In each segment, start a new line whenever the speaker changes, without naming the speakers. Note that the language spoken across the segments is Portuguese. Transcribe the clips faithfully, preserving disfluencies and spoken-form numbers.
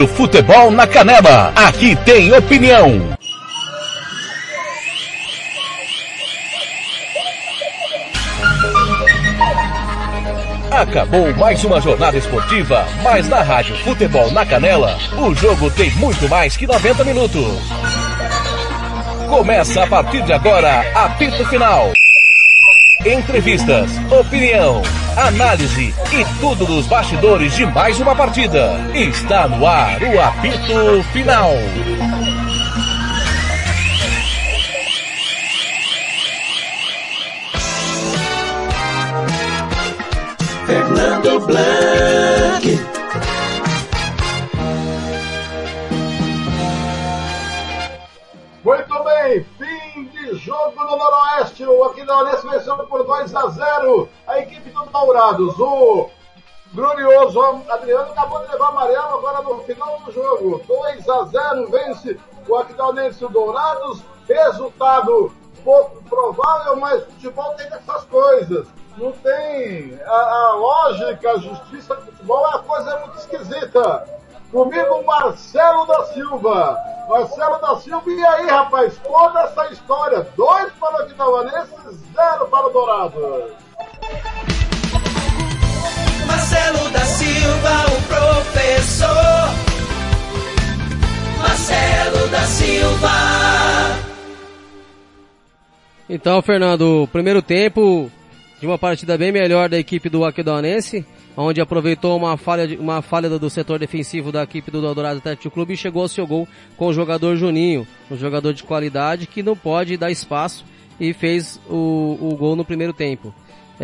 Futebol na Canela, aqui tem opinião. Acabou mais uma jornada esportiva, mas na Rádio Futebol na Canela, o jogo tem muito mais que noventa minutos. Começa a partir de agora, apito final. Entrevistas, opinião, análise e tudo dos bastidores de mais uma partida. Está no ar o apito final.
Fernando Blanc.
Muito bem, fim de jogo no Noroeste. O Aquidauanense venceu por dois a zero a equipe do Dourados. O glorioso Adriano acabou de levar amarelo agora no final do jogo. dois a zero vence o Aquidauanense Dourados. Resultado pouco provável, mas futebol tem dessas coisas. Não tem a, a lógica, a justiça do futebol é uma coisa muito esquisita. Comigo, Marcelo da Silva. Marcelo da Silva, e aí, rapaz? Toda essa história. Dois para o Aquidauanense, zero para o Dourado.
Marcelo da Silva, o professor. Marcelo da Silva.
Então, Fernando, primeiro tempo de uma partida bem melhor da equipe do Aquidauanense, onde aproveitou uma falha, uma falha do setor defensivo da equipe do Dourados Atlético Clube e chegou ao seu gol com o jogador Juninho, um jogador de qualidade que não pode dar espaço, e fez o, o gol no primeiro tempo.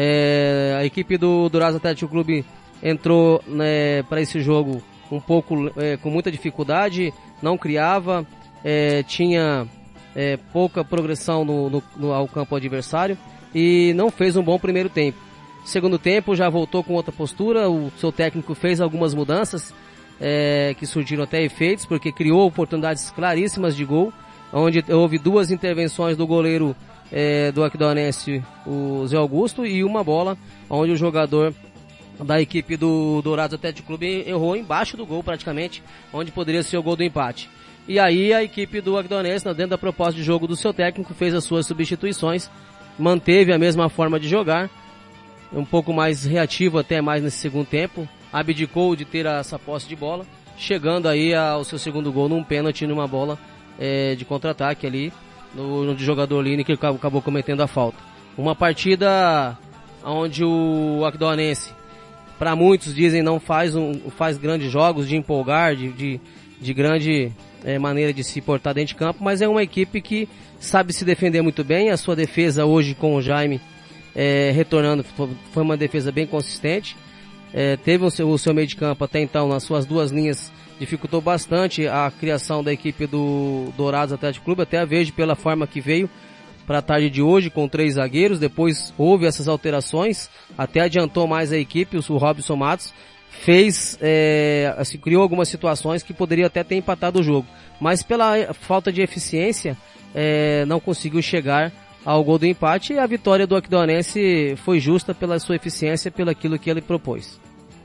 É, a equipe do Dourados Atlético Clube entrou, né, para esse jogo um pouco é, com muita dificuldade, não criava, é, tinha é, pouca progressão no, no, no, ao campo adversário e não fez um bom primeiro tempo. Segundo tempo já voltou com outra postura, o seu técnico fez algumas mudanças é, que surgiram até efeitos, porque criou oportunidades claríssimas de gol, onde houve duas intervenções do goleiro é, do Aquidauanense, o Zé Augusto, e uma bola onde o jogador da equipe do Dourados Atlético Clube errou embaixo do gol praticamente, onde poderia ser o gol do empate. E aí a equipe do Aquidauanense, dentro da proposta de jogo do seu técnico, fez as suas substituições, manteve a mesma forma de jogar, um pouco mais reativo até mais nesse segundo tempo, abdicou de ter essa posse de bola, chegando aí ao seu segundo gol num pênalti, numa bola é, de contra-ataque ali, no, no jogador Line, que acabou cometendo a falta. Uma partida onde o Aquidauanense, para muitos dizem, não faz, um, faz grandes jogos de empolgar, de, de, de grande é, maneira de se portar dentro de campo, mas é uma equipe que sabe se defender muito bem. A sua defesa hoje com o Jaime É, retornando, foi uma defesa bem consistente, é, teve o seu, o seu meio de campo até então nas suas duas linhas, dificultou bastante a criação da equipe do Dourados Atlético Clube, até a vez pela forma que veio para a tarde de hoje com três zagueiros. Depois houve essas alterações, até adiantou mais a equipe, o Robson Matos fez, é, assim, criou algumas situações que poderia até ter empatado o jogo, mas pela falta de eficiência é, não conseguiu chegar ao gol do empate, e a vitória do Aquidauanense foi justa pela sua eficiência, pelo aquilo que ele propôs.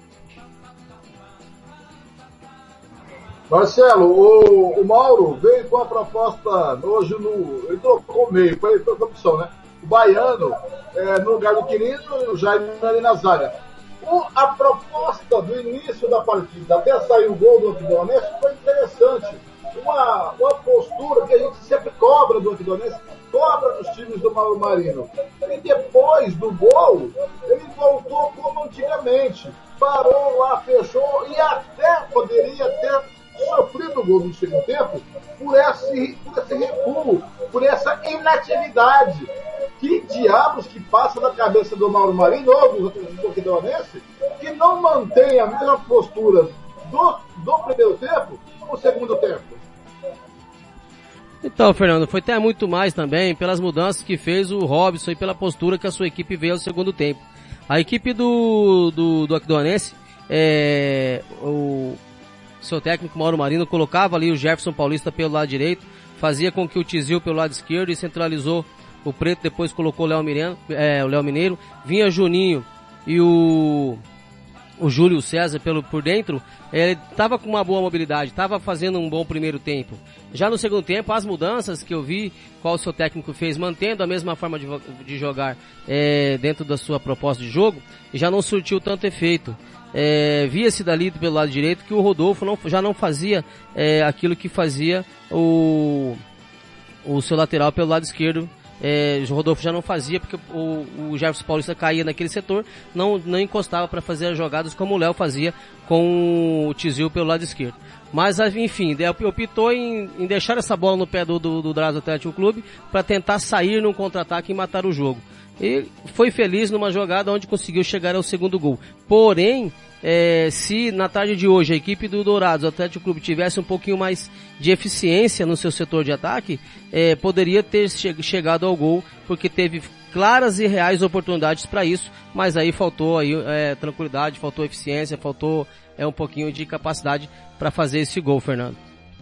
Marcelo, o, o Mauro veio com a proposta hoje no... Ele trocou o meio, foi a opção, né? O Baiano é, no lugar do Quirino e o Jaime ali na zaga. O, a proposta do início da partida até sair o gol do Aquidauanense foi interessante. Uma, uma postura que a gente sempre cobra do Aquidauanense, cobra dos times do Mauro Marino. E depois do gol, ele voltou como antigamente. Parou lá, fechou e até poderia ter sofrido o gol no segundo tempo por esse, por esse recuo, por essa inatividade. Que diabos que passa na cabeça do Mauro Marino ou do Aquidauanense, que não mantém a mesma postura do, do primeiro tempo no segundo tempo?
Então, Fernando, foi até muito mais também pelas mudanças que fez o Robson e pela postura que a sua equipe veio ao segundo tempo. A equipe do, do, do Aquidauanense, é, o seu técnico Mauro Marino colocava ali o Jefferson Paulista pelo lado direito, fazia com que o Tizil pelo lado esquerdo e centralizou o Preto, depois colocou o Léo Mineiro, é, o Léo Mineiro, vinha Juninho e o o Júlio César pelo, por dentro, ele estava com uma boa mobilidade, estava fazendo um bom primeiro tempo. Já no segundo tempo, as mudanças que eu vi, qual o seu técnico fez, mantendo a mesma forma de, de jogar é, dentro da sua proposta de jogo, já não surtiu tanto efeito. É, via-se dali pelo lado direito que o Rodolfo não, já não fazia é, aquilo que fazia o, o seu lateral pelo lado esquerdo. É, o Rodolfo já não fazia porque o, o Jefferson Paulista caía naquele setor, não, não encostava para fazer as jogadas como o Léo fazia com o Tizil pelo lado esquerdo. Mas enfim, optou em, em deixar essa bola no pé do, do, do Dourados Atlético Clube para tentar sair num contra-ataque e matar o jogo. E foi feliz numa jogada onde conseguiu chegar ao segundo gol. Porém, é, se na tarde de hoje a equipe do Dourados Atlético Clube tivesse um pouquinho mais de eficiência no seu setor de ataque, é, poderia ter che- chegado ao gol, porque teve claras e reais oportunidades para isso, mas aí faltou aí, é, tranquilidade, faltou eficiência, faltou é, um pouquinho de capacidade para fazer esse gol, Fernando.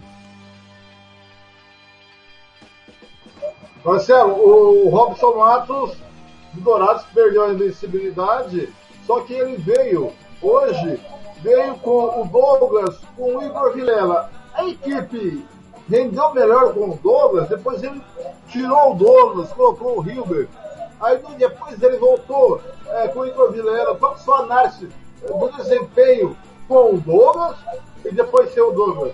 Marcelo, o Robson Matos do Dourados perdeu a invencibilidade, só que ele veio, hoje, veio com o Douglas, com o Igor Vilela. A equipe rendeu melhor com o Douglas, depois ele tirou o Douglas, colocou o Hilbert. Aí depois ele voltou é, com o Igor Vilela. Qual que sua análise do desempenho com o Douglas e depois sem o Douglas?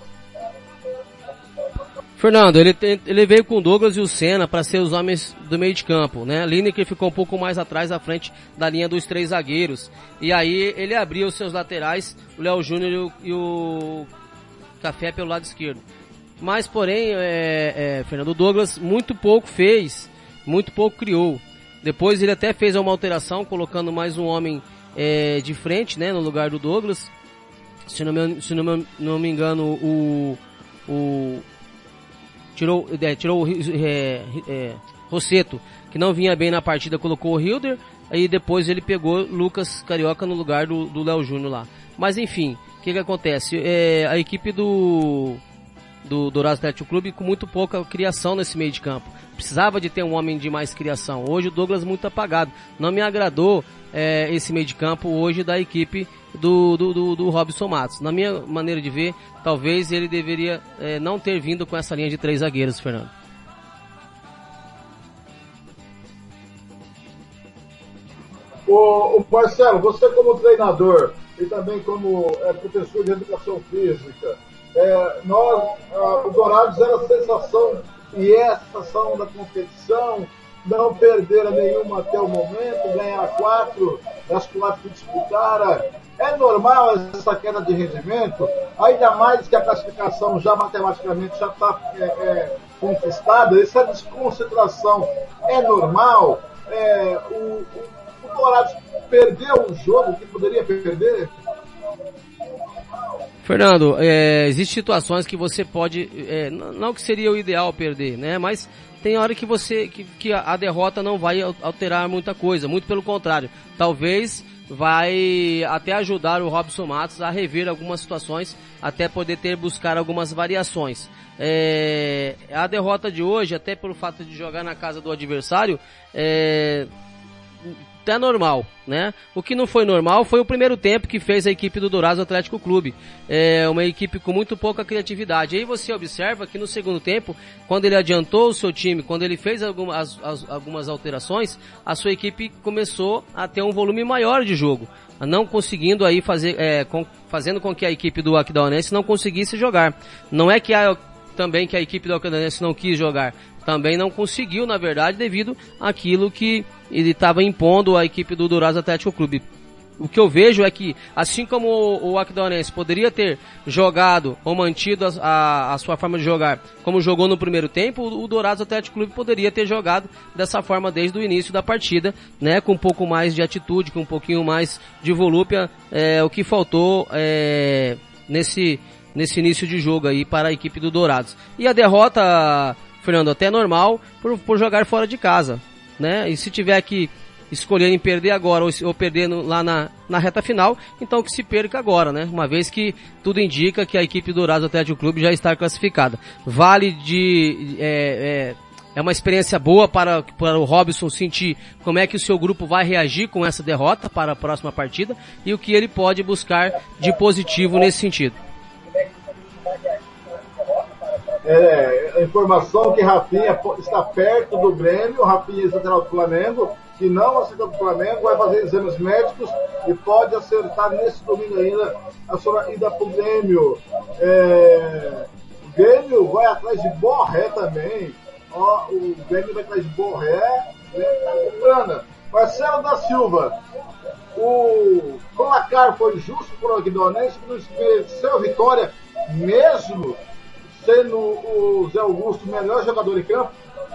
Fernando, ele, tem, ele veio com o Douglas e o Senna para ser os homens do meio de campo, né? Lineker ficou um pouco mais atrás, à frente da linha dos três zagueiros. E aí ele abriu os seus laterais, o Léo Júnior e o, e o Café pelo lado esquerdo. Mas, porém, é, é, Fernando, o Douglas muito pouco fez, muito pouco criou. Depois ele até fez uma alteração, colocando mais um homem é, de frente, né, no lugar do Douglas. Se não me, se não me, não me engano, o... o Tirou, é, tirou o é, é, Rosseto, que não vinha bem na partida, colocou o Hilder, aí depois ele pegou Lucas Carioca no lugar do, do Léo Júnior lá. Mas enfim, o que que acontece? É, a equipe do, do Dourados Atlético Clube com muito pouca criação nesse meio de campo. Precisava de ter um homem de mais criação. Hoje o Douglas muito apagado. Não me agradou é, esse meio de campo hoje da equipe do, do, do, do Robson Matos. Na minha maneira de ver, talvez ele deveria é, não ter vindo com essa linha de três zagueiros, Fernando.
O, o Marcelo, você como treinador e também como é, professor de educação física, é, nós, a, o Dourados era a sensação e é a sensação da competição, não perder nenhuma até o momento, ganhar quatro das quatro que disputaram. É normal essa queda de rendimento, ainda mais que a classificação já matematicamente já está é, é, conquistada, essa desconcentração é normal. É, o, o, o Dourados perdeu um jogo que poderia perder?
Fernando, é, existem situações que você pode, é, não que seria o ideal perder, né? Mas tem hora que você, que, que a derrota não vai alterar muita coisa, muito pelo contrário. Talvez vai até ajudar o Robson Matos a rever algumas situações, até poder ter, buscar algumas variações. É, a derrota de hoje, até pelo fato de jogar na casa do adversário, é até normal, né? O que não foi normal foi o primeiro tempo que fez a equipe do Dourados Atlético Clube. É uma equipe com muito pouca criatividade. Aí você observa que no segundo tempo, quando ele adiantou o seu time, quando ele fez algumas, as, algumas alterações, a sua equipe começou a ter um volume maior de jogo, não conseguindo aí fazer, é, com, fazendo com que a equipe do Aquidauanense não conseguisse jogar. Não é que a, também que a equipe do Aquidauanense não quis jogar, também não conseguiu, na verdade, devido àquilo que ele estava impondo à equipe do Dourados Atlético Clube. O que eu vejo é que, assim como o, o Aquidauanense poderia ter jogado ou mantido a, a, a sua forma de jogar como jogou no primeiro tempo, o, o Dourados Atlético Clube poderia ter jogado dessa forma desde o início da partida, né, com um pouco mais de atitude, com um pouquinho mais de volúpia, é, o que faltou é, nesse, nesse início de jogo aí para a equipe do Dourados. E a derrota, Fernando, até normal por, por jogar fora de casa, né? E se tiver que escolher em perder agora ou, ou perder no, lá na, na reta final, então que se perca agora, né? Uma vez que tudo indica que a equipe do Dourados Atlético Clube já está classificada. Vale de é, é, é uma experiência boa para, para o Robson sentir como é que o seu grupo vai reagir com essa derrota para a próxima partida e o que ele pode buscar de positivo nesse sentido.
É, a informação que Rafinha está perto do Grêmio, Rafinha é lateral do Flamengo, que não aceita do Flamengo, vai fazer exames médicos e pode acertar nesse domingo ainda a sua ida para o Grêmio. É, o Grêmio vai atrás de Borré também. Ó, o Grêmio vai atrás de Borré. Né? Marcelo da Silva. O placar foi justo para o Aquidauanense, que não mereceu a vitória, mesmo sendo o Zé Augusto o melhor jogador em campo.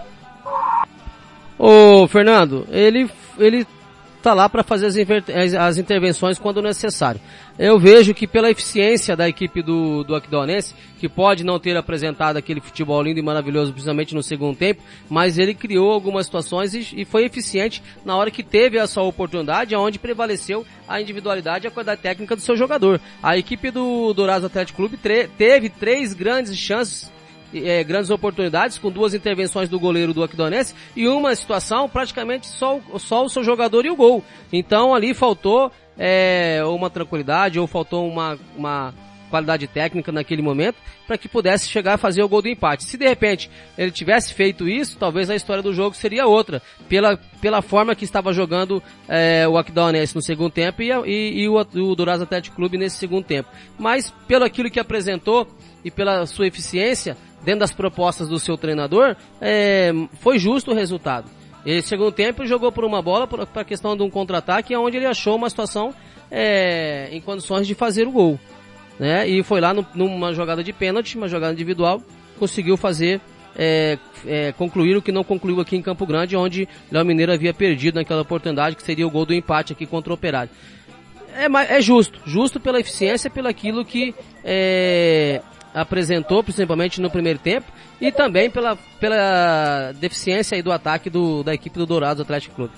Ô, Fernando, ele, ele tá lá para fazer as, as, as intervenções quando necessário. Eu vejo que pela eficiência da equipe do, do Aquidauanense, que pode não ter apresentado aquele futebol lindo e maravilhoso, principalmente no segundo tempo, mas ele criou algumas situações e, e foi eficiente na hora que teve essa oportunidade, onde prevaleceu a individualidade e a qualidade técnica do seu jogador. A equipe do Dourados Atlético Clube tre- teve três grandes chances, É, grandes oportunidades, com duas intervenções do goleiro do Aquidauanense e uma situação praticamente só, só o seu jogador e o gol. Então ali faltou é, uma tranquilidade ou faltou uma, uma qualidade técnica naquele momento para que pudesse chegar a fazer o gol do empate. Se de repente ele tivesse feito isso, talvez a história do jogo seria outra, pela, pela forma que estava jogando é, o Aquidauanense no segundo tempo e, e, e o, o Dourados Atlético Clube nesse segundo tempo. Mas pelo aquilo que apresentou e pela sua eficiência dentro das propostas do seu treinador, é, foi justo o resultado. Ele, segundo tempo, jogou por uma bola para a questão de um contra-ataque, onde ele achou uma situação é, em condições de fazer o gol. Né? E foi lá no, numa jogada de pênalti, uma jogada individual, conseguiu fazer, é, é, concluir o que não concluiu aqui em Campo Grande, onde Léo Mineiro havia perdido naquela oportunidade, que seria o gol do empate aqui contra o Operário. É, é justo, justo pela eficiência, pelo aquilo que é, apresentou, principalmente no primeiro tempo, e também pela, pela deficiência aí do ataque do, da equipe do Dourados Atlético Clube.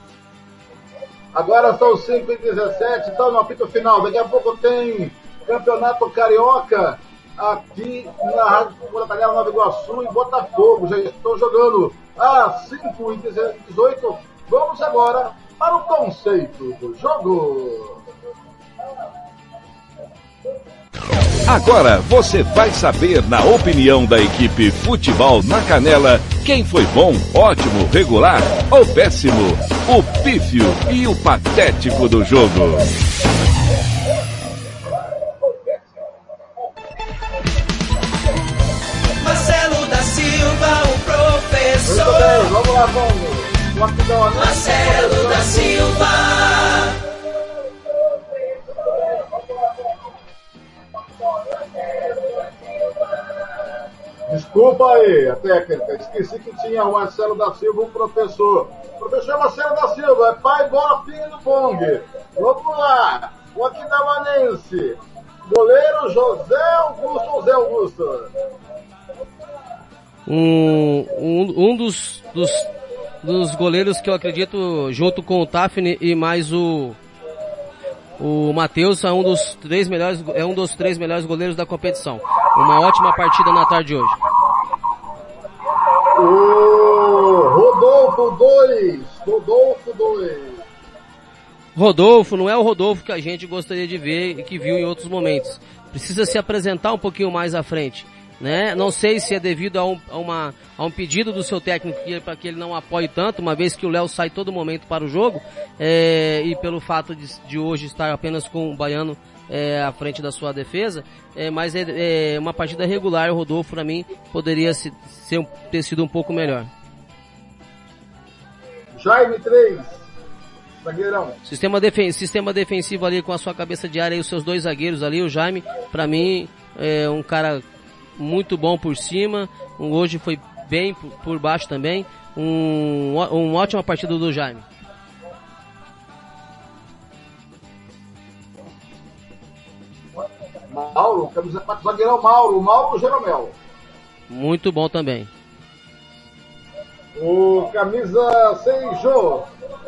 Agora são cinco e dezessete, então no apito final. Daqui a pouco tem Campeonato Carioca aqui na Rádio Batalhão Nova Iguaçu e Botafogo. Já estou jogando às cinco e dezoito. Vamos agora para o conceito do jogo.
Agora você vai saber, na opinião da equipe Futebol na Canela, quem foi bom, ótimo, regular ou péssimo, o pífio e o patético do jogo.
Marcelo da Silva, o professor.
Muito bem, vamos lá, vamos. O Aquidauanense.
Marcelo da Silva.
Desculpa aí, a técnica. Esqueci que tinha o Marcelo da Silva, o professor. Professor Marcelo da Silva, é pai, bola, pinga do Pong. Vamos lá. O Aquidauanense. Goleiro José Augusto ou Zé Augusto?
Um, um, um dos, dos, dos goleiros que eu acredito, junto com o Tafni e mais o o Matheus, é um dos três melhores, é um dos três melhores goleiros da competição. Uma ótima partida na tarde de hoje.
O Rodolfo dois. Rodolfo dois.
Rodolfo não é o Rodolfo que a gente gostaria de ver e que viu em outros momentos. Precisa se apresentar um pouquinho mais à frente. Né? Não sei se é devido a um, a uma, a um pedido do seu técnico para que ele não apoie tanto, uma vez que o Léo sai todo momento para o jogo, é, e pelo fato de, de hoje estar apenas com o Baiano é, à frente da sua defesa, é, mas é, é uma partida regular. O Rodolfo, para mim, poderia se, ser, ter sido um pouco melhor.
Jaime três. Zagueirão.
Sistema, defen- sistema defensivo ali com a sua cabeça de área e os seus dois zagueiros ali, o Jaime, para mim, é um cara muito bom por cima, hoje foi bem por, por baixo também, um, uma ótima partida do Jaime.
Mauro, camisa quatro, zagueirão Mauro, Mauro Jeromel.
Muito bom também.
O camisa seis, Jô.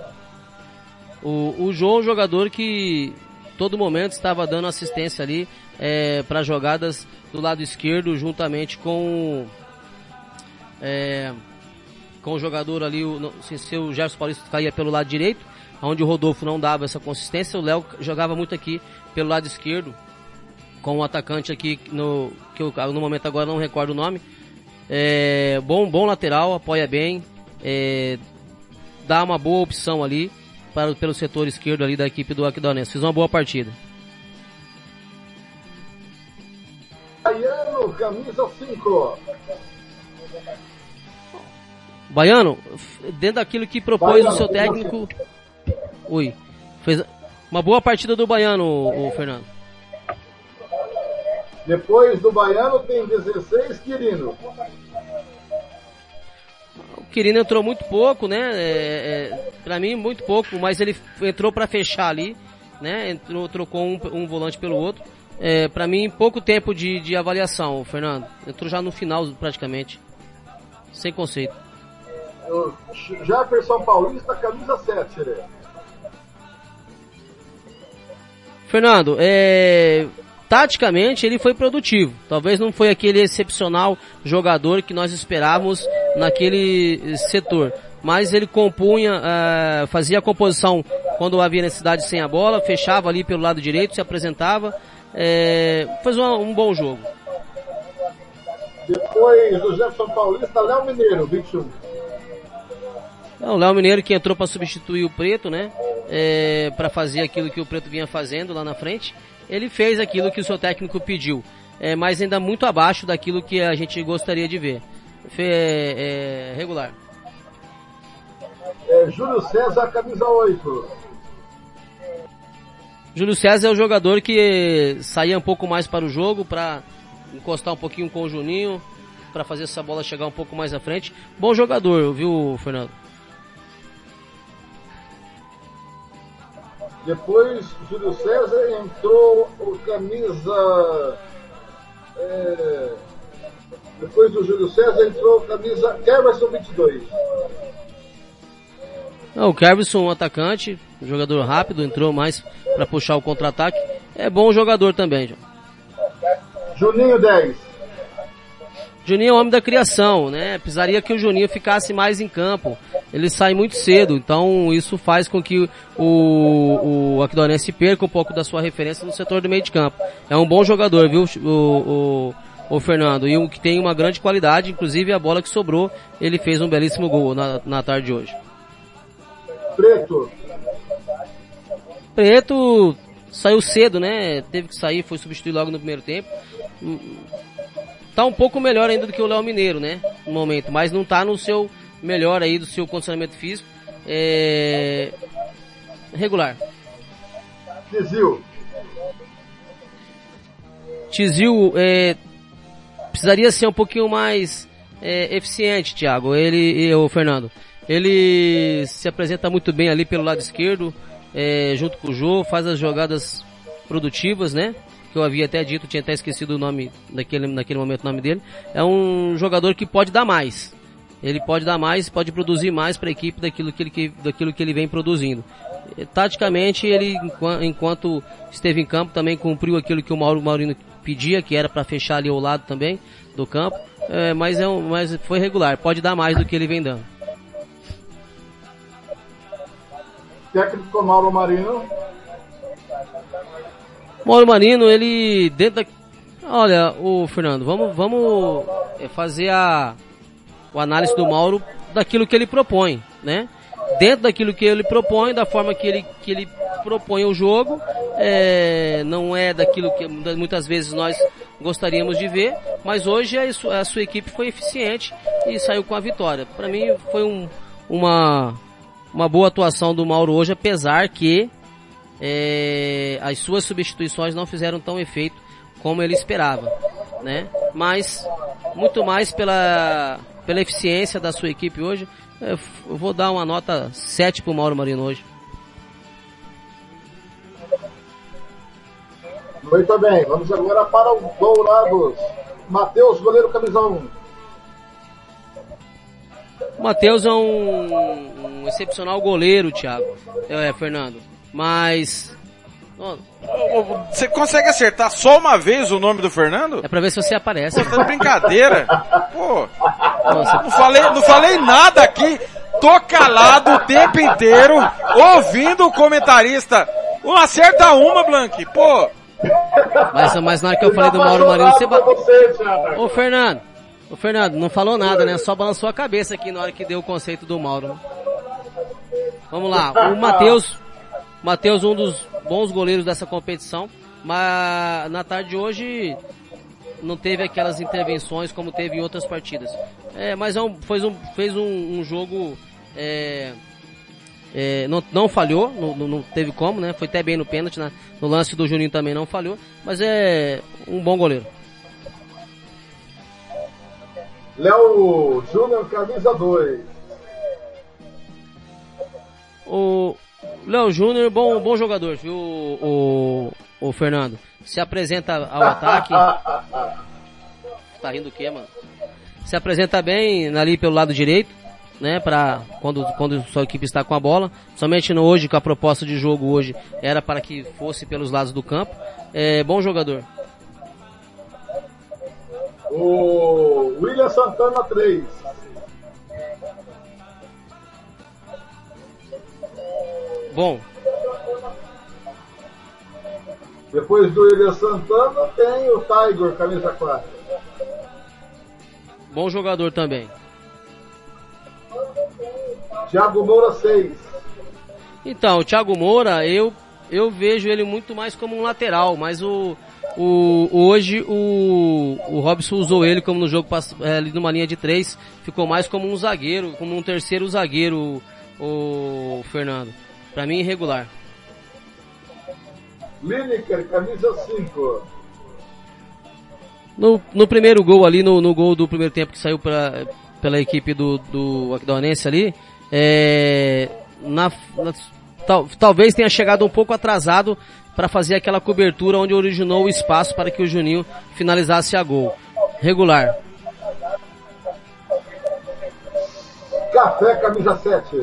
O, o João é um jogador que todo momento estava dando assistência ali é, para jogadas do lado esquerdo, juntamente com é, com o jogador ali, o, se, se o Gerson Paulista caía pelo lado direito, onde o Rodolfo não dava essa consistência, o Léo jogava muito aqui pelo lado esquerdo, com o atacante aqui, no, que eu no momento agora não recordo o nome. É, bom, bom lateral, apoia bem, é, dá uma boa opção ali para, pelo setor esquerdo ali da equipe do Aquidauanense. Fiz uma boa partida.
Baiano, camisa cinco.
Baiano, dentro daquilo que propôs Baiano, o seu técnico... Ui, fez uma boa partida do Baiano, o, o Fernando.
Depois do Baiano tem dezesseis, Quirino.
O Quirino entrou muito pouco, né? É, é, pra mim, muito pouco, mas ele entrou pra fechar ali, né? Entrou, trocou um, um volante pelo outro. É, pra mim, pouco tempo de, de avaliação, o Fernando. Entrou já no final, praticamente. Sem conceito.
O Jefferson Paulista, camisa sete, né?
Fernando, é, taticamente ele foi produtivo. Talvez não foi aquele excepcional jogador que nós esperávamos naquele setor. Mas ele compunha, uh, fazia a composição quando havia necessidade sem a bola, fechava ali pelo lado direito, se apresentava, é, fez um, um bom jogo.
Depois do Jefferson Paulista, Léo Mineiro, vinte e um.
O Léo Mineiro que entrou para substituir o Preto, né? É, para fazer aquilo que o Preto vinha fazendo lá na frente. Ele fez aquilo que o seu técnico pediu, é, mas ainda muito abaixo daquilo que a gente gostaria de ver. É, é, regular.
É, Júlio César, camisa oito.
Júlio César é o jogador que saía um pouco mais para o jogo, para encostar um pouquinho com o Juninho, para fazer essa bola chegar um pouco mais à frente. Bom jogador, viu, Fernando?
Depois, Júlio César entrou o camisa... É, depois do Júlio César entrou o camisa Keverson vinte e dois.
Não, o Keverson, um atacante, um jogador rápido, entrou mais para puxar o contra-ataque. É bom jogador também, João.
Juninho dez.
Juninho é o homem da criação, né? Precisaria que o Juninho ficasse mais em campo. Ele sai muito cedo, então isso faz com que o, o Aquidauanense perca um pouco da sua referência no setor do meio de campo. É um bom jogador, viu, o, o, o Fernando? E um que tem uma grande qualidade, inclusive a bola que sobrou, ele fez um belíssimo gol na, na tarde de hoje.
Preto.
Preto saiu cedo, né? Teve que sair, foi substituído logo no primeiro tempo. Tá um pouco melhor ainda do que o Léo Mineiro, né? No momento, mas não tá no seu melhor aí, do seu condicionamento físico. É... regular.
Tizil.
Tizil, é... precisaria ser um pouquinho mais é, eficiente, Thiago. Ele e o Fernando. Ele se apresenta muito bem ali pelo lado esquerdo, é, junto com o Jô, faz as jogadas produtivas, né? Que eu havia até dito, tinha até esquecido o nome daquele, naquele momento o nome dele. É um jogador que pode dar mais. Ele pode dar mais, pode produzir mais para a equipe daquilo que, ele, daquilo que ele vem produzindo. E, taticamente, ele, enquanto esteve em campo, também cumpriu aquilo que o Mauro Maurino pedia, que era para fechar ali ao lado também do campo. É, mas, é um, mas foi regular, pode dar mais do que ele vem dando.
Técnico Mauro Marino.
Mauro Marino, ele dentro da... Olha, o Fernando, vamos, vamos fazer a, a análise do Mauro daquilo que ele propõe, né? Dentro daquilo que ele propõe, da forma que ele, que ele propõe o jogo, é, não é daquilo que muitas vezes nós gostaríamos de ver, mas hoje a, a sua equipe foi eficiente e saiu com a vitória. Para mim foi um, uma, uma boa atuação do Mauro hoje, apesar que É, as suas substituições não fizeram tão efeito como ele esperava, né? Mas muito mais pela, pela eficiência da sua equipe hoje. Eu vou dar uma nota sete pro Mauro Marino hoje.
Muito bem, vamos agora para o Dourados. Matheus, goleiro camisa um.
O Matheus é um, um excepcional goleiro, Thiago, é, Fernando. Mas...
Você consegue acertar só uma vez o nome do Fernando?
É pra ver se você aparece.
Pô, tá de brincadeira. Pô.
Nossa,
Não falei, não falei nada aqui. Tô calado o tempo inteiro, ouvindo o comentarista. Um acerta uma, Blank. Pô.
mas, mas na hora que eu falei do Mauro Marino, você bateu. Ô Fernando, ô Fernando, não falou nada, né? Só balançou a cabeça aqui na hora que deu o conceito do Mauro. Né? Vamos lá, o Matheus, Matheus, um dos bons goleiros dessa competição, mas na tarde de hoje não teve aquelas intervenções como teve em outras partidas. É, mas é um, fez um, fez um, um jogo, é, é, não, não falhou, não, não teve como, né? Foi até bem no pênalti, né? No lance do Juninho também não falhou, mas é um bom goleiro.
Léo Júnior, camisa dois.
O Léo Júnior, bom, bom jogador, viu, o, o, o Fernando? Se apresenta ao ataque. Tá rindo o quê, mano? Se apresenta bem ali pelo lado direito, né, pra quando, quando sua equipe está com a bola. Somente no hoje, com a proposta de jogo hoje, era para que fosse pelos lados do campo. É bom jogador.
O William Santana três.
Bom.
Depois do William Santana tem o Tiger, camisa quatro.
Bom jogador também.
Thiago Moura seis.
Então, o Thiago Moura, eu, eu vejo ele muito mais como um lateral, mas o, o, hoje o, o Robson usou ele como no jogo é, ali numa linha de três, ficou mais como um zagueiro, como um terceiro zagueiro, o, o Fernando. Pra mim, irregular.
Lineker, camisa cinco.
No, no primeiro gol ali, no, no gol do primeiro tempo que saiu pra, pela equipe do, do Aquidauanense ali, é, na, na, tal, talvez tenha chegado um pouco atrasado para fazer aquela cobertura onde originou o espaço para que o Juninho finalizasse a gol. Regular.
Café, camisa sete.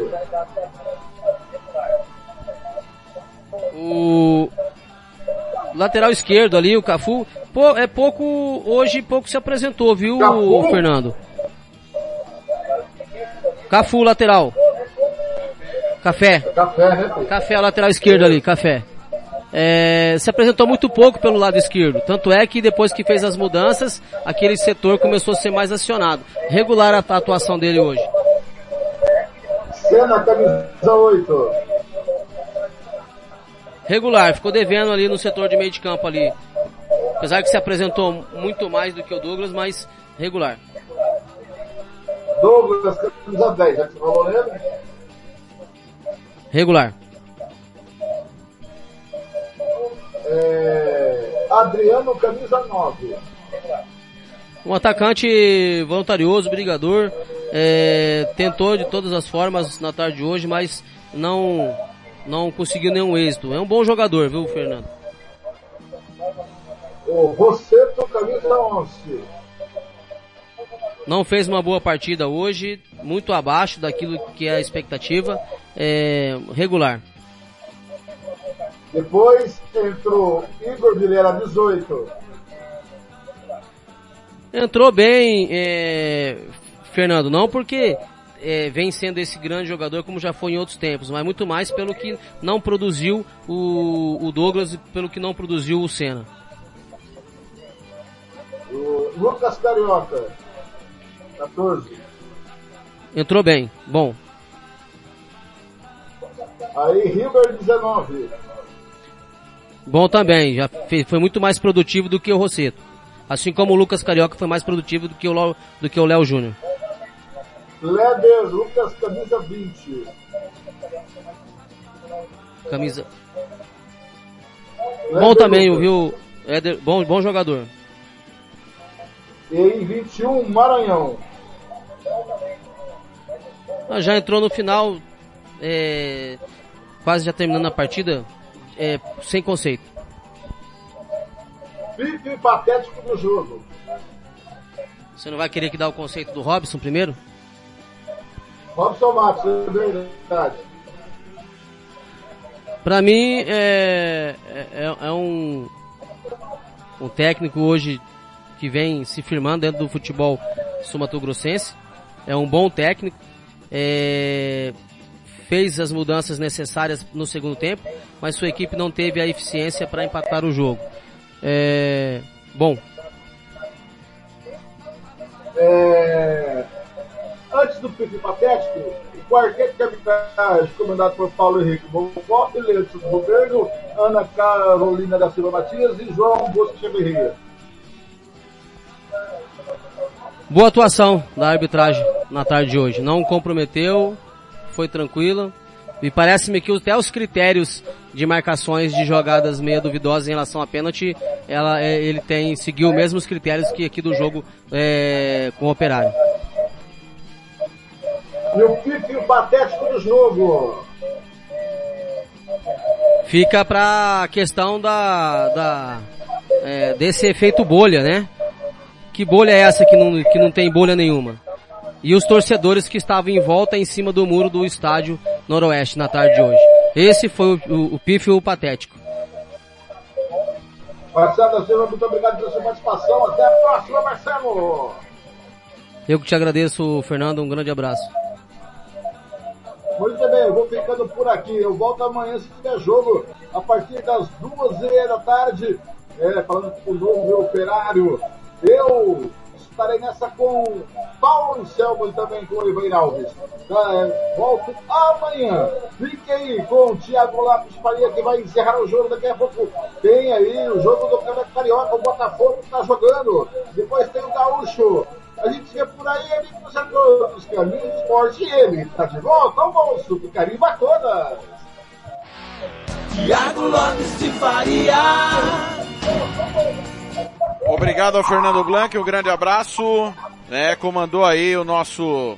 O lateral esquerdo ali, o Cafu, pô, é pouco, hoje pouco se apresentou, viu,
Cafu?
Fernando? Cafu, lateral. Café.
Café, né?
Café, lateral esquerdo ali, Café. É, se apresentou muito pouco pelo lado esquerdo, tanto é que depois que fez as mudanças, aquele setor começou a ser mais acionado. Regular a atuação dele hoje.
Senna, camisa oito.
Regular, ficou devendo ali no setor de meio de campo ali. Apesar que se apresentou muito mais do que o Douglas, mas regular.
Douglas, camisa dez, já que você falou nele?
Regular.
É... Adriano, camisa nove.
Um atacante voluntarioso, brigador, é, tentou de todas as formas na tarde de hoje, mas não, não conseguiu nenhum êxito. É um bom jogador, viu, Fernando?
O Rosseto, camisa onze.
Não fez uma boa partida hoje, muito abaixo daquilo que é a expectativa, é, regular.
Depois entrou Igor Vilela, dezoito.
Entrou bem, é, Fernando, não porque é, vem sendo esse grande jogador como já foi em outros tempos, mas muito mais pelo que não produziu o, o Douglas e pelo que não produziu o Senna.
O Lucas Carioca, quatorze.
Entrou bem, bom.
Aí River, dezenove.
Bom também, já fez, foi muito mais produtivo do que o Rosseto. Assim como o Lucas Carioca foi mais produtivo do que o Léo, do que o Léo Júnior.
Leder, Lucas, camisa vinte.
Camisa.
Leder,
Bom também,
Lucas.
viu? Éder, bom, bom jogador.
E em vinte e um, Maranhão.
Já entrou no final, é, quase já terminando a partida, é, sem conceito.
Pipe patético do jogo.
Você não vai querer que dá o conceito do Robson primeiro?
Robson Matos, é verdade.
Pra mim, é, é, é um, um técnico hoje que vem se firmando dentro do futebol sul-mato-grossense. é um bom técnico, é, fez as mudanças necessárias no segundo tempo, mas sua equipe não teve a eficiência para empatar o jogo. É, bom.
É, antes do pique patético, o quarteto de arbitragem comandado por Paulo Henrique Bocó, Leandro Governo, Ana Carolina da Silva Matias e João Bosco Echeverria.
Boa atuação da arbitragem na tarde de hoje. Não comprometeu, foi tranquila. E parece-me que até os critérios de marcações de jogadas meio duvidosas em relação a pênalti, ela, ele tem, seguiu os mesmos critérios que aqui do jogo é, com o Operário.
E o pique patético do jogo?
Fica para a questão da, da é, desse efeito bolha, né? Que bolha é essa que não, que não tem bolha nenhuma? E os torcedores que estavam em volta em cima do muro do estádio Noroeste na tarde de hoje. Esse foi o, o, o pífio patético.
Marcelo da Silva, muito obrigado pela sua participação. Até a próxima, Marcelo.
Eu que te agradeço, Fernando. Um grande abraço.
Muito bem, eu vou ficando por aqui. Eu volto amanhã se tiver jogo a partir das duas e meia da tarde. É, falando com o novo meu Operário. Eu estarei nessa com Paulo Anselmo e também com o Ivan Alves. É, volto amanhã. Fique aí com o Thiago Lopes Faria, que vai encerrar o jogo daqui a pouco. Tem aí o jogo do Campeonato Carioca, o Botafogo que está jogando. Depois tem o Gaúcho. A gente vê por aí, amigos a todos, caminhos do esporte. E ele está de volta ao bolso do Carimba a todas.
Thiago Lopes de Faria.
Obrigado ao Fernando Blanc, um grande abraço, né, comandou aí o nosso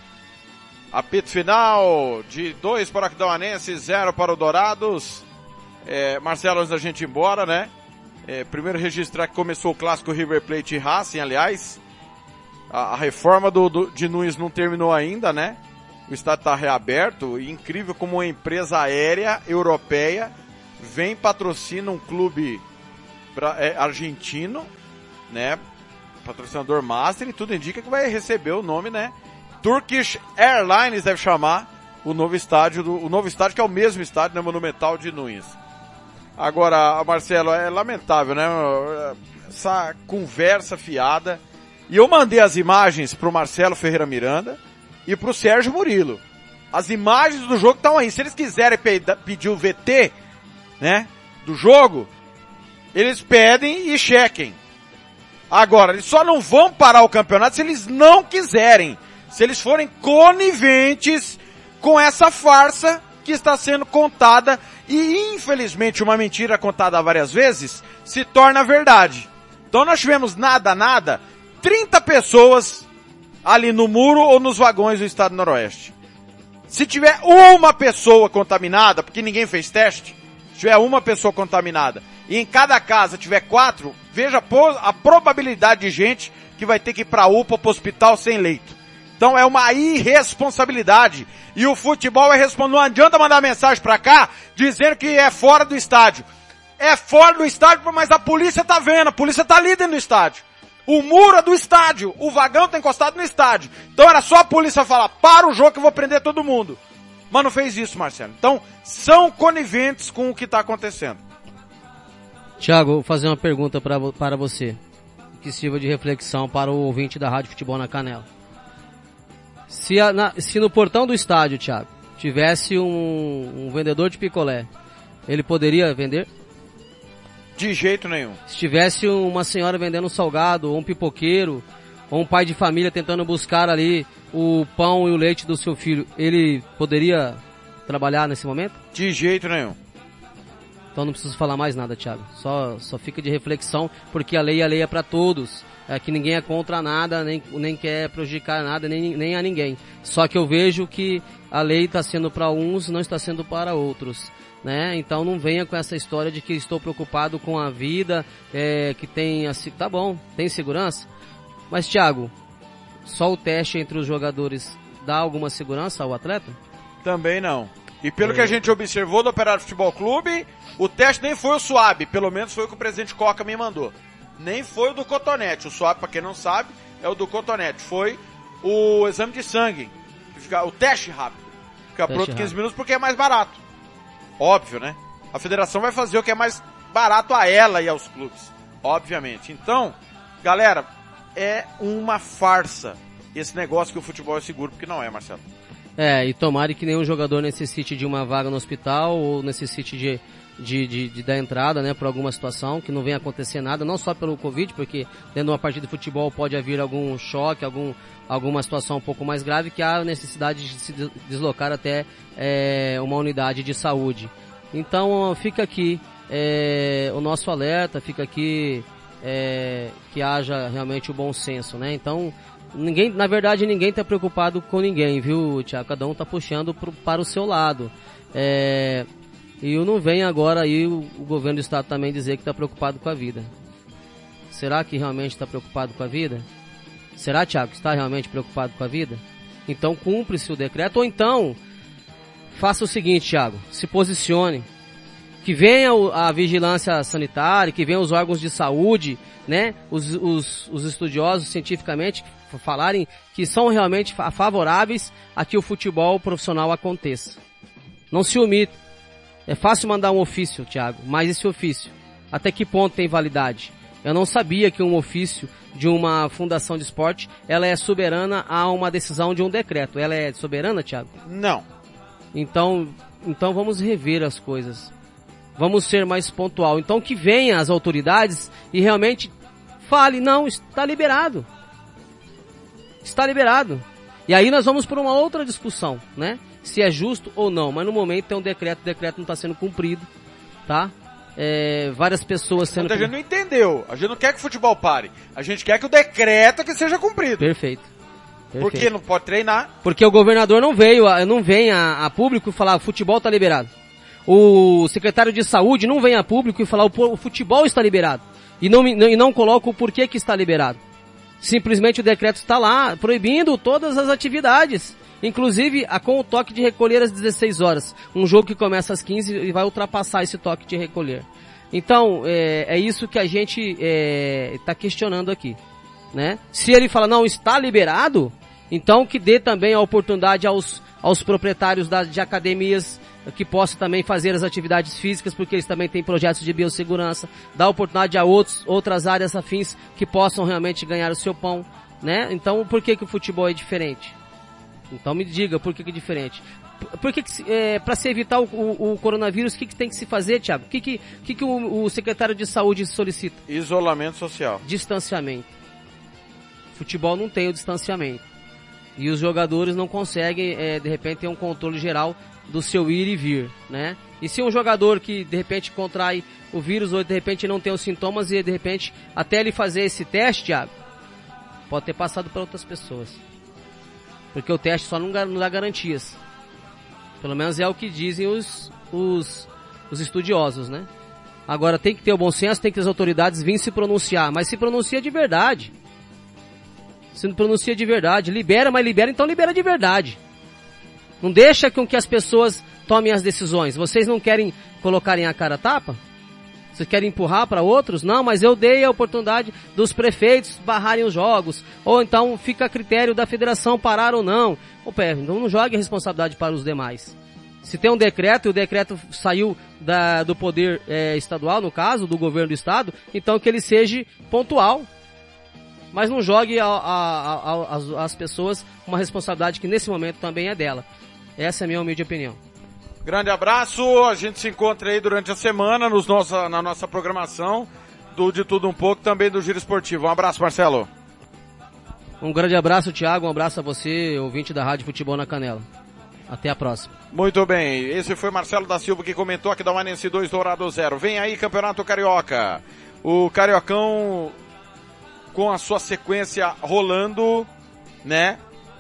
apito final de dois para o Aquidauanense, zero para o Dourados. É, Marcelo, antes da gente ir embora, né, é, primeiro registrar que começou o clássico River Plate e Racing, aliás, a, a reforma do, do, de Nunes não terminou ainda, né, o estádio está reaberto, e incrível como uma empresa aérea europeia vem patrocina um clube Pra, é, argentino, né, patrocinador master, e tudo indica que vai receber o nome, né, Turkish Airlines deve chamar o novo estádio, do, o novo estádio que é o mesmo estádio, né, Monumental de Nunes. Agora, Marcelo, é lamentável, né, essa conversa fiada, e eu mandei as imagens pro Marcelo Ferreira Miranda e pro Sérgio Murilo. As imagens do jogo estão aí, se eles quiserem pe- pedir o V T, né, do jogo, eles pedem e chequem. Agora, eles só não vão parar o campeonato se eles não quiserem. Se eles forem coniventes com essa farsa que está sendo contada e, infelizmente, uma mentira contada várias vezes se torna verdade. Então nós tivemos nada, nada, trinta pessoas ali no muro ou nos vagões do estado do Noroeste. Se tiver uma pessoa contaminada, porque ninguém fez teste, se tiver uma pessoa contaminada, e em cada casa tiver quatro, veja a probabilidade de gente que vai ter que ir para a U P A, para o hospital sem leito. Então é uma irresponsabilidade. E o futebol é responder. Não adianta mandar mensagem para cá dizendo que é fora do estádio. É fora do estádio, mas a polícia tá vendo, a polícia tá ali dentro do estádio. O muro é do estádio, o vagão tá encostado no estádio. Então era só a polícia falar, para o jogo que eu vou prender todo mundo. Mas não fez isso, Marcelo. Então, são coniventes com o que tá acontecendo.
Thiago, vou fazer uma pergunta pra, para você, que sirva de reflexão para o ouvinte da Rádio Futebol na Canela. Se, a, na, se no portão do estádio, Thiago, tivesse um, um vendedor de picolé, ele poderia vender?
De jeito nenhum.
Se tivesse uma senhora vendendo um salgado, ou um pipoqueiro, ou um pai de família tentando buscar ali o pão e o leite do seu filho, ele poderia trabalhar nesse momento?
De jeito nenhum.
Então não preciso falar mais nada, Thiago. Só, só fica de reflexão, porque a lei, a lei é para todos. É que ninguém é contra nada, nem, nem quer prejudicar nada, nem, nem a ninguém. Só que eu vejo que a lei está sendo para uns e não está sendo para outros, né? Então não venha com essa história de que estou preocupado com a vida, é, que tem... Assim, tá bom, tem segurança? Mas, Thiago, só o teste entre os jogadores dá alguma segurança ao atleta?
Também não. E pelo é. que a gente observou do Operário Futebol Clube, o teste nem foi o suave, pelo menos foi o que o presidente Coca me mandou. Nem foi o do cotonete. O suave, para quem não sabe, é o do cotonete. Foi o exame de sangue, que fica, o teste rápido, fica
teste
pronto em quinze
rápido.
minutos porque é mais barato. Óbvio, né? A federação vai fazer o que é mais barato a ela e aos clubes, obviamente. Então, galera, é uma farsa esse negócio que o futebol é seguro, porque não é, Marcelo.
É, e tomara que nenhum jogador necessite de uma vaga no hospital ou necessite de, de, de, de dar entrada, né, por alguma situação, que não venha acontecer nada, não só pelo Covid, porque dentro de uma partida de futebol pode haver algum choque, algum, alguma situação um pouco mais grave, que há necessidade de se deslocar até é, uma unidade de saúde. Então fica aqui é, o nosso alerta, fica aqui é, que haja realmente o bom senso, né? Então, ninguém, na verdade, ninguém está preocupado com ninguém, viu, Thiago? Cada um está puxando pro, para o seu lado. É, e não vem agora aí o, o governo do estado também dizer que está preocupado com a vida. Será que realmente está preocupado com a vida? Será, Thiago, que está realmente preocupado com a vida? Então cumpre-se o decreto, ou então faça o seguinte, Thiago, se posicione, que venha a vigilância sanitária, que venham os órgãos de saúde, né, os, os, os estudiosos cientificamente falarem que são realmente favoráveis a que o futebol profissional aconteça. Não se omita. É fácil mandar um ofício, Thiago, mas esse ofício, até que ponto tem validade? Eu não sabia que um ofício de uma fundação de esporte, ela é soberana a uma decisão de um decreto. Ela é soberana, Thiago?
Não.
Então, então vamos rever as coisas. Vamos ser mais pontual. Então que venham as autoridades e realmente fale, não, está liberado. Está liberado. E aí nós vamos para uma outra discussão, né? Se é justo ou não. Mas no momento tem um decreto, o decreto não está sendo cumprido, tá? É, várias pessoas sendo...
Mas a gente não entendeu. A gente não quer que o futebol pare. A gente quer que o decreto que seja cumprido.
Perfeito. Perfeito.
Porque não pode treinar.
Porque o governador não veio, a, não vem a, a público falar o futebol está liberado. O secretário de saúde não vem a público e falar o, o futebol está liberado. E não, e não coloca o porquê que está liberado. Simplesmente o decreto está lá, proibindo todas as atividades. Inclusive, a, com o toque de recolher às dezesseis horas. Um jogo que começa às quinze e vai ultrapassar esse toque de recolher. Então, é, é isso que a gente está é, questionando aqui, né? Se ele fala, não, está liberado, então que dê também a oportunidade aos, aos proprietários da, de academias que possam também fazer as atividades físicas, porque eles também têm projetos de biossegurança, dá oportunidade a outros, outras áreas afins que possam realmente ganhar o seu pão, né? Então, por que que o futebol é diferente? Então me diga, por que que é diferente? Por que que, é, para se evitar o, o, o coronavírus, o que que tem que se fazer, Thiago? O que que, que, que o, o secretário de saúde solicita?
Isolamento social.
Distanciamento. Futebol não tem o distanciamento. E os jogadores não conseguem, é, de repente, ter um controle geral do seu ir e vir, né? E se um jogador que, de repente, contrai o vírus ou, de repente, não tem os sintomas e, de repente, até ele fazer esse teste, Thiago, pode ter passado para outras pessoas. Porque o teste só não, não dá garantias. Pelo menos é o que dizem os, os, os estudiosos, né? Agora tem que ter o bom senso, tem que as autoridades virem se pronunciar, mas se pronuncia de verdade. Se não pronuncia de verdade, libera, mas libera, então libera de verdade. Não deixa com que as pessoas tomem as decisões. Vocês não querem colocarem a cara a tapa? Vocês querem empurrar para outros? Não, mas eu dei a oportunidade dos prefeitos barrarem os jogos. Ou então fica a critério da federação parar ou não. Ô, pé, então não jogue a responsabilidade para os demais. Se tem um decreto, e o decreto saiu da, do poder é, estadual, no caso, do governo do estado, então que ele seja pontual. Mas não jogue a, a, a, as, as pessoas uma responsabilidade que nesse momento também é dela. Essa é a minha humilde opinião.
Grande abraço, a gente se encontra aí durante a semana nos nossa, na nossa programação do De Tudo Um Pouco, também do Giro Esportivo. Um abraço, Marcelo.
Um grande abraço, Thiago, um abraço a você, ouvinte da Rádio Futebol na Canela. Até a próxima.
Muito bem, esse foi Marcelo da Silva que comentou aqui da Aquidauanense dois, Dourado zero. Vem aí Campeonato Carioca. O Cariocão com a sua sequência rolando, né?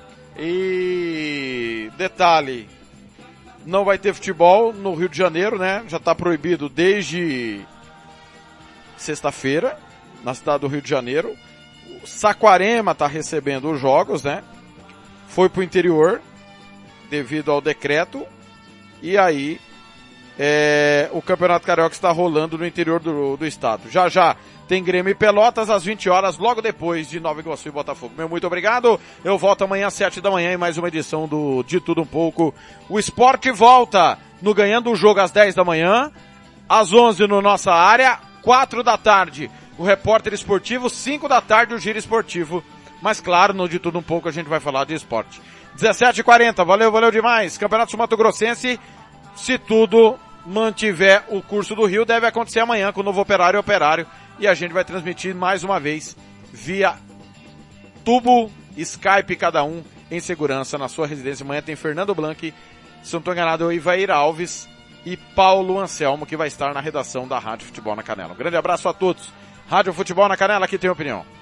E detalhe, não vai ter futebol no Rio de Janeiro, né? Já está proibido desde sexta-feira, na cidade do Rio de Janeiro. O Saquarema está recebendo os jogos, né? Foi pro interior, devido ao decreto. E aí, é, o Campeonato Carioca está rolando no interior do, do estado. Já já tem Grêmio e Pelotas às vinte horas, logo depois de Nova Iguaçu e Botafogo. Meu muito obrigado. Eu volto amanhã às sete da manhã em mais uma edição do De Tudo Um Pouco. O esporte volta no Ganhando o Jogo às dez da manhã, às onze no Nossa Área, quatro da tarde o Repórter Esportivo, cinco da tarde o Giro Esportivo. Mas claro, no De Tudo Um Pouco a gente vai falar de esporte. dezessete e quarenta, valeu, valeu demais. Campeonato Mato Grossense, se tudo mantiver o curso do Rio, deve acontecer amanhã com o Novo Operário e Operário. E a gente vai transmitir mais uma vez via tubo, Skype, cada um em segurança na sua residência. Amanhã tem Fernando Blanc, se não estou enganado, Ivair Alves e Paulo Anselmo, que vai estar na redação da Rádio Futebol na Canela. Um grande abraço a todos. Rádio Futebol na Canela, aqui tem opinião.